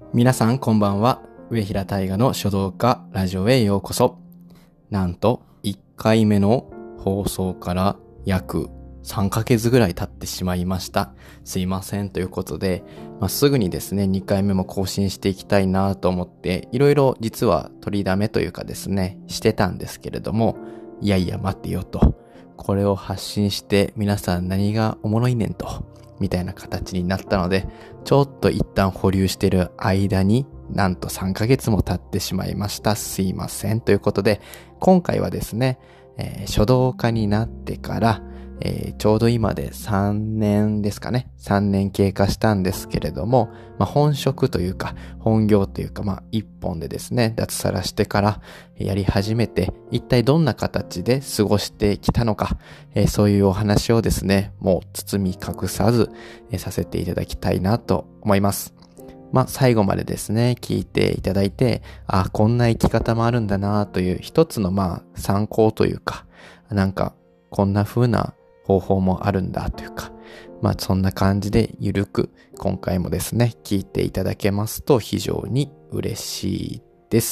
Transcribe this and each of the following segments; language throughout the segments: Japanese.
皆さんこんばんは。上平大河の書道家ラジオへようこそ。なんと1回目の放送から約3ヶ月ぐらい経ってしまいました。すいませんということで、すぐにですね、2回目も更新していきたいなと思って、いろいろ実は取りだめというかですね、してたんですけれども、いやいや待ってよと。これを発信して皆さん何がおもろいねんと。みたいな形になったので、ちょっと一旦保留してる間になんと3ヶ月も経ってしまいました。すいません。ということで、今回はですね、書道家になってから、ちょうど今で3年ですかね。3年経過したんですけれども、本職というか、本業というか、一本でですね、脱サラしてからやり始めて、一体どんな形で過ごしてきたのか、そういうお話をですね、もう包み隠さず、させていただきたいなと思います。最後までですね、聞いていただいて、こんな生き方もあるんだなという一つの参考というか、こんな風な方法もあるんだというか、そんな感じでゆるく今回もですね、聞いていただけますと非常に嬉しいです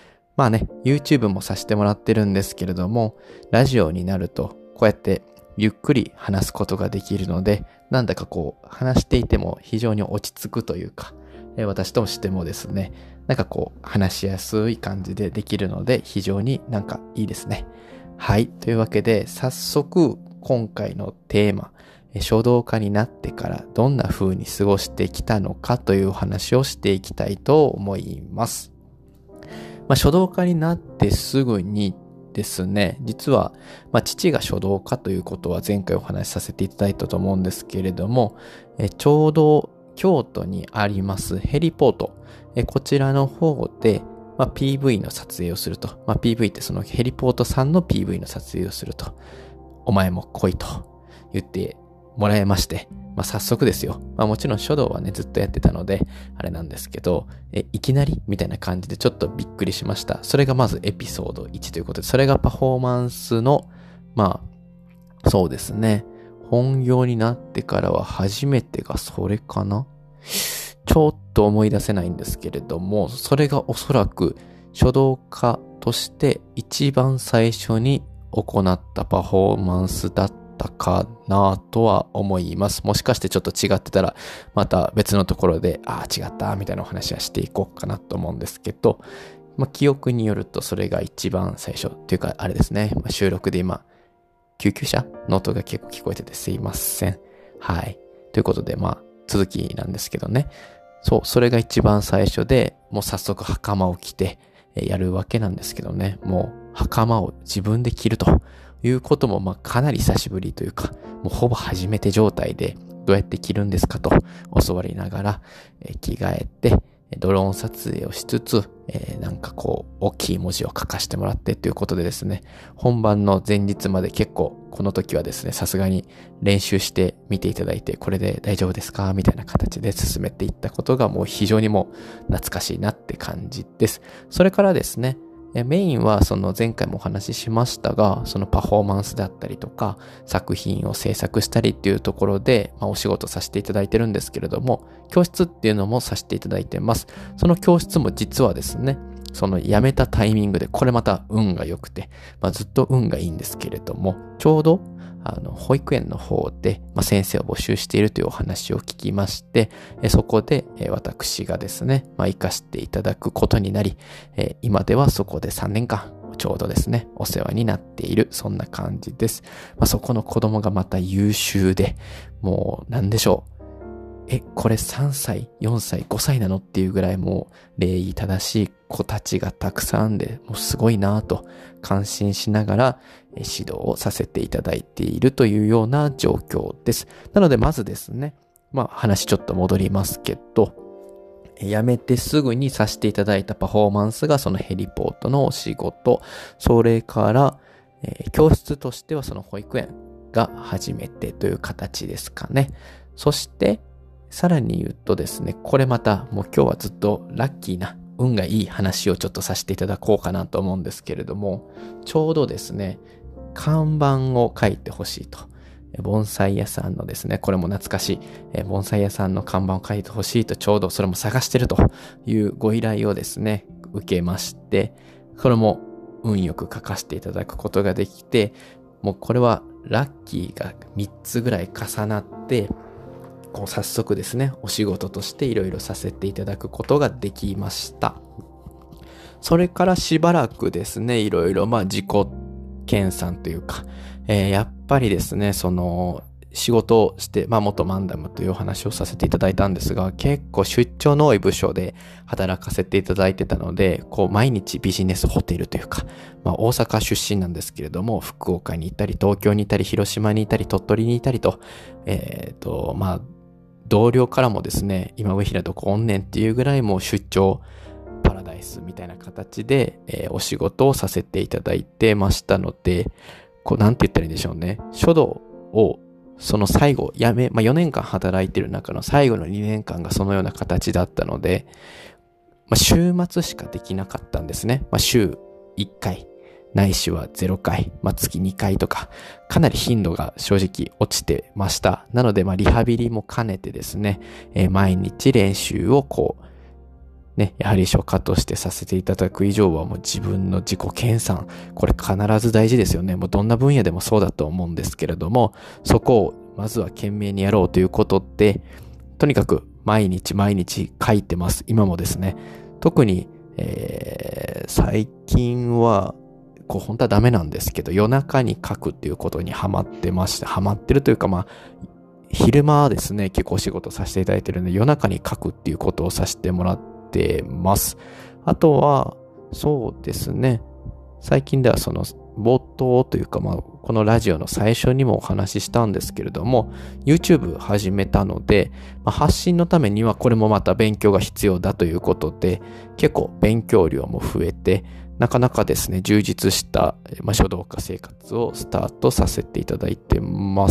。YouTube もさせてもらってるんですけれども、ラジオになるとこうやってゆっくり話すことができるので、なんだか話していても非常に落ち着くというか、私としてもですね、話しやすい感じでできるので非常にいいですね。はい。というわけで早速今回のテーマ、書道家になってからどんな風に過ごしてきたのかというお話をしていきたいと思います。書道家になってすぐにですね、実は、父が書道家ということは前回お話しさせていただいたと思うんですけれども、ちょうど京都にありますヘリポート、こちらの方で、PV の撮影をすると。PV ってそのヘリポートさんの PV の撮影をすると。お前も来いと言ってもらいまして、早速ですよ。もちろん書道はね、ずっとやってたので、あれなんですけど、いきなりみたいな感じでちょっとびっくりしました。それがまずエピソード1ということで、それがパフォーマンスの、そうですね。本業になってからは初めてがそれかな？ちょっと思い出せないんですけれども、それがおそらく書道家として一番最初に行ったパフォーマンスだったかなとは思います。もしかしてちょっと違ってたら、また別のところで、違ったみたいなお話はしていこうかなと思うんですけど、記憶によるとそれが一番最初っていうかあれですね、収録で今、救急車の音が結構聞こえててすいません。はい。ということで、続きなんですけどね。そう、それが一番最初で、もう早速袴を着てやるわけなんですけどね。もう袴を自分で着るということもかなり久しぶりというか、もうほぼ初めて状態でどうやって着るんですかと教わりながら着替えて、ドローン撮影をしつつ、大きい文字を書かせてもらってということでですね、本番の前日まで結構、この時はですね、さすがに練習してみていただいて、これで大丈夫ですかみたいな形で進めていったことがもう非常にもう懐かしいなって感じです。それからですね、メインはその前回もお話ししましたが、そのパフォーマンスだったりとか、作品を制作したりっていうところで、お仕事させていただいてるんですけれども、教室っていうのもさせていただいてます。その教室も実はですね、その辞めたタイミングで、これまた運が良くて、ずっと運がいいんですけれども、ちょうど保育園の方で、先生を募集しているというお話を聞きまして、そこで、私がですね、活かしていただくことになり、今ではそこで3年間、ちょうどですね、お世話になっている、そんな感じです。そこの子供がまた優秀で、もう、なんでしょう。これ3歳、4歳、5歳なのっていうぐらいもう礼儀正しい子たちがたくさんで、もうすごいなぁと感心しながら指導をさせていただいているというような状況です。なのでまずですね、話ちょっと戻りますけど、辞めてすぐにさせていただいたパフォーマンスがそのヘリポートのお仕事、それから、教室としてはその保育園が初めてという形ですかね。そして、さらに言うとですね、これまたもう今日はずっとラッキーな運がいい話をちょっとさせていただこうかなと思うんですけれども、ちょうどですね、看板を書いてほしいと盆栽屋さんのですね、これも懐かしい、盆栽屋さんの看板を書いてほしいとちょうどそれも探してるというご依頼をですね、受けまして、これも運よく書かせていただくことができて、もうこれはラッキーが3つぐらい重なって、こう早速ですね、お仕事としていろいろさせていただくことができました。それからしばらくですね、いろいろ自己研鑽というか、やっぱりですね、仕事をして、元マンダムというお話をさせていただいたんですが、結構出張の多い部署で働かせていただいてたので、こう毎日ビジネスホテルというか、大阪出身なんですけれども、福岡にいたり、東京にいたり、広島にいたり、鳥取にいたりと、同僚からもですね、今上平どこおんねんっていうぐらいもう出張パラダイスみたいな形で、お仕事をさせていただいてましたので、なんて言ったらいいんでしょうね。書道をその最後、4年間働いてる中の最後の2年間がそのような形だったので、週末しかできなかったんですね。週1回、ないしは0回、月2回とか、かなり頻度が正直落ちてました。なので、リハビリも兼ねてですね、毎日練習をやはり書家としてさせていただく以上はもう自分の自己研鑽、これ必ず大事ですよね。もうどんな分野でもそうだと思うんですけれども、そこをまずは懸命にやろうということで、とにかく毎日毎日書いてます。今もですね。特に、最近は、本当はダメなんですけど、夜中に書くっていうことにハマってまして、ハマってるというか昼間はですね、結構お仕事させていただいてるので、夜中に書くっていうことをさせてもらってます。あとは、そうですね。最近では冒頭というか、このラジオの最初にもお話ししたんですけれども、YouTube 始めたので、発信のためにはこれもまた勉強が必要だということで、結構勉強量も増えて、なかなかですね、充実した、書道家生活をスタートさせていただいてます。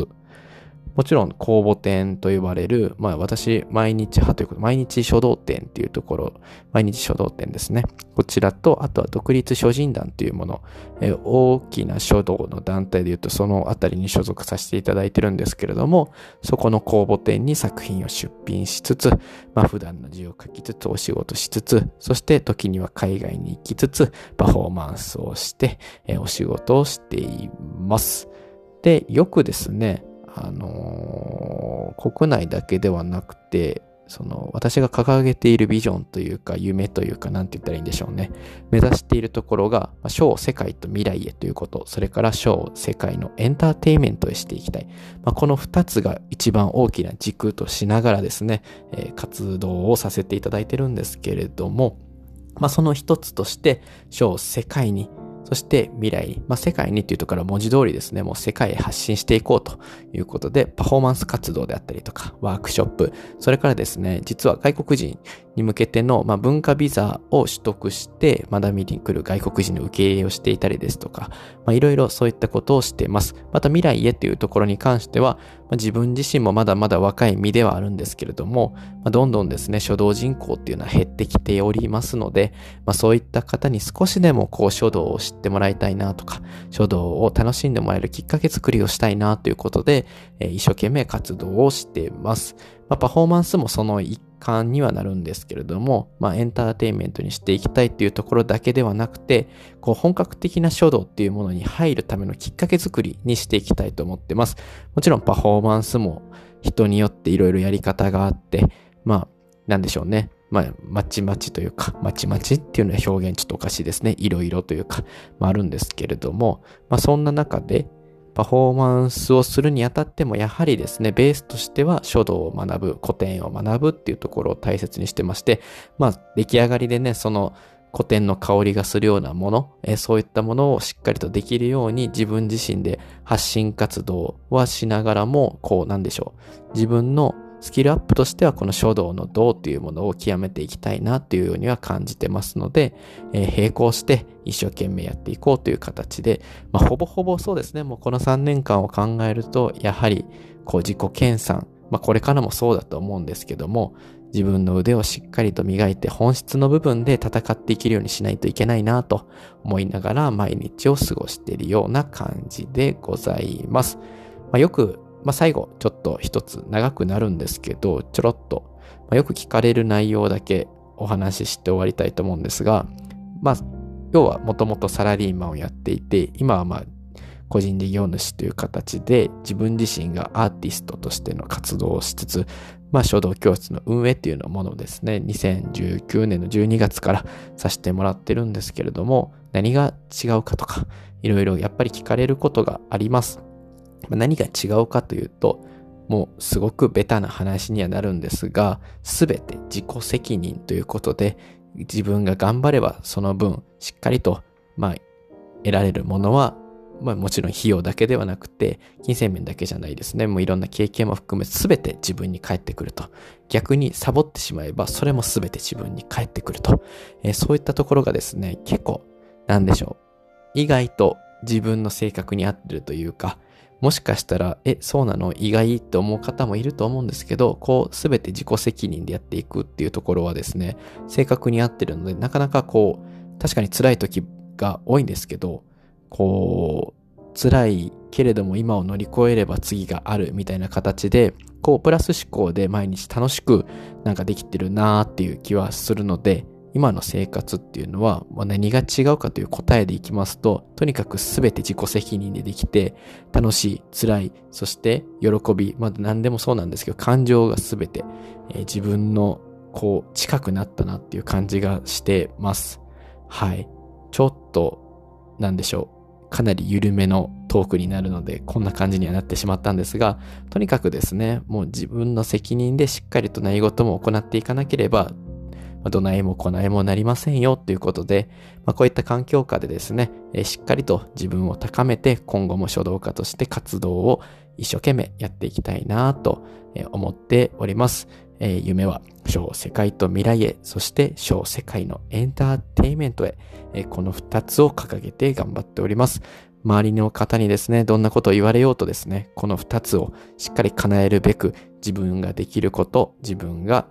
もちろん公募展と呼ばれる、私毎日派ということ、毎日書道展っていうところ、毎日書道展ですね。こちらと、あとは独立書人団というもの、大きな書道の団体でいうとそのあたりに所属させていただいてるんですけれども、そこの公募展に作品を出品しつつ、普段の字を書きつつ、お仕事しつつ、そして時には海外に行きつつ、パフォーマンスをして、お仕事をしています。で、よくですね、国内だけではなくて、私が掲げているビジョンというか、夢というか、なんて言ったらいいんでしょうね。目指しているところが、書を世界と未来へということ、それから書を世界のエンターテインメントへしていきたい。この2つが一番大きな軸としながらですね、活動をさせていただいてるんですけれども、その一つとして、書を世界に、そして未来に、世界にっていうところは文字通りですね、もう世界へ発信していこうということで、パフォーマンス活動であったりとか、ワークショップ、それからですね、実は外国人に向けての、文化ビザを取得して学びに来る外国人の受け入れをしていたりですとか、いろいろそういったことをしています。また未来へっていうところに関しては、自分自身もまだまだ若い身ではあるんですけれども、どんどんですね、書道人口っていうのは減ってきておりますので、そういった方に少しでも書道を知ってもらいたいなとか、書道を楽しんでもらえるきっかけ作りをしたいなということで、一生懸命活動をしています。パフォーマンスもその一環にはなるんですけれども、エンターテインメントにしていきたいっていうところだけではなくて、本格的な書道っていうものに入るためのきっかけ作りにしていきたいと思ってます。もちろんパフォーマンスも人によっていろいろやり方があって、なんでしょうね。まちまちというか、まちまちっていうのは表現ちょっとおかしいですね。いろいろというか、あるんですけれども、そんな中で、パフォーマンスをするにあたってもやはりですね、ベースとしては書道を学ぶ、古典を学ぶっていうところを大切にしてまして、出来上がりでね、その古典の香りがするようなもの、そういったものをしっかりとできるように自分自身で発信活動はしながらも、なんでしょう、自分のスキルアップとしてはこの書道の道というものを極めていきたいなというようには感じてますので、並行して一生懸命やっていこうという形で、ほぼほぼそうですね、もうこの3年間を考えると、やはり自己研鑽、これからもそうだと思うんですけども、自分の腕をしっかりと磨いて本質の部分で戦っていけるようにしないといけないなと思いながら毎日を過ごしているような感じでございます。 よく、最後ちょっと一つ長くなるんですけど、ちょろっと、よく聞かれる内容だけお話しして終わりたいと思うんですが、要はもともとサラリーマンをやっていて、今は個人事業主という形で自分自身がアーティストとしての活動をしつつ、書道教室の運営っていうのものをですね、2019年の12月からさせてもらってるんですけれども、何が違うかとか、いろいろやっぱり聞かれることがあります。何が違うかというと、もうすごくベタな話にはなるんですが、すべて自己責任ということで、自分が頑張ればその分しっかりと、得られるものは、もちろん費用だけではなくて、金銭面だけじゃないですね。もういろんな経験も含めすべて自分に返ってくると。逆にサボってしまえば、それもすべて自分に返ってくると。そういったところがですね、結構、意外と自分の性格に合ってるというか、もしかしたら、そうなの意外って思う方もいると思うんですけど、すべて自己責任でやっていくっていうところはですね、性格に合ってるので、なかなか確かに辛い時が多いんですけど、辛いけれども今を乗り越えれば次があるみたいな形で、プラス思考で毎日楽しくできてるなーっていう気はするので、今の生活っていうのは何が違うかという答えでいきますと、とにかく全て自己責任でできて、楽しい、辛い、そして喜び、何でもそうなんですけど、感情が全て、自分の近くなったなっていう感じがしてます。はい。ちょっと、かなり緩めのトークになるので、こんな感じにはなってしまったんですが、とにかくですね、もう自分の責任でしっかりと何事も行っていかなければ、どないもこないもなりませんよということで、こういった環境下でですね、しっかりと自分を高めて、今後も書道家として活動を一生懸命やっていきたいなと思っております。夢は書世界と未来へ、そして書世界のエンターテインメントへ、この2つを掲げて頑張っております。周りの方にですね、どんなことを言われようとですね、この2つをしっかり叶えるべく、自分ができること、自分が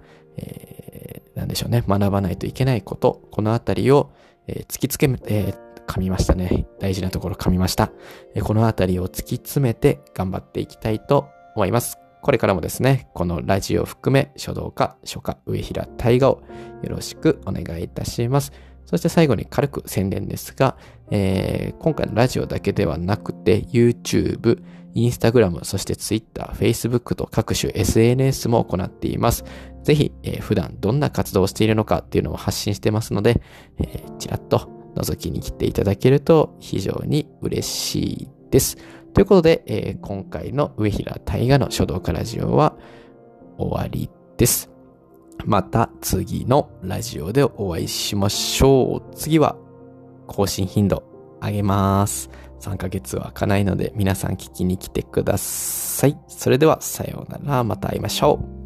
学ばないといけないこと、このあたりを、突きつけ、噛みましたね。大事なところ噛みました。このあたりを突き詰めて頑張っていきたいと思います。これからもですね、このラジオを含め書道家、書家、上平大河をよろしくお願いいたします。そして最後に軽く宣伝ですが、今回のラジオだけではなくて YouTube、Instagram、そして Twitter、Facebook と各種 SNS も行っています。ぜひ、普段どんな活動をしているのかっていうのを発信してますので、ちらっと覗きに来ていただけると非常に嬉しいです。ということで、今回の上平大河の書道家ラジオは終わりです。また次のラジオでお会いしましょう。次は更新頻度上げます。3ヶ月は開かないので皆さん聞きに来てください。それではさようなら。また会いましょう。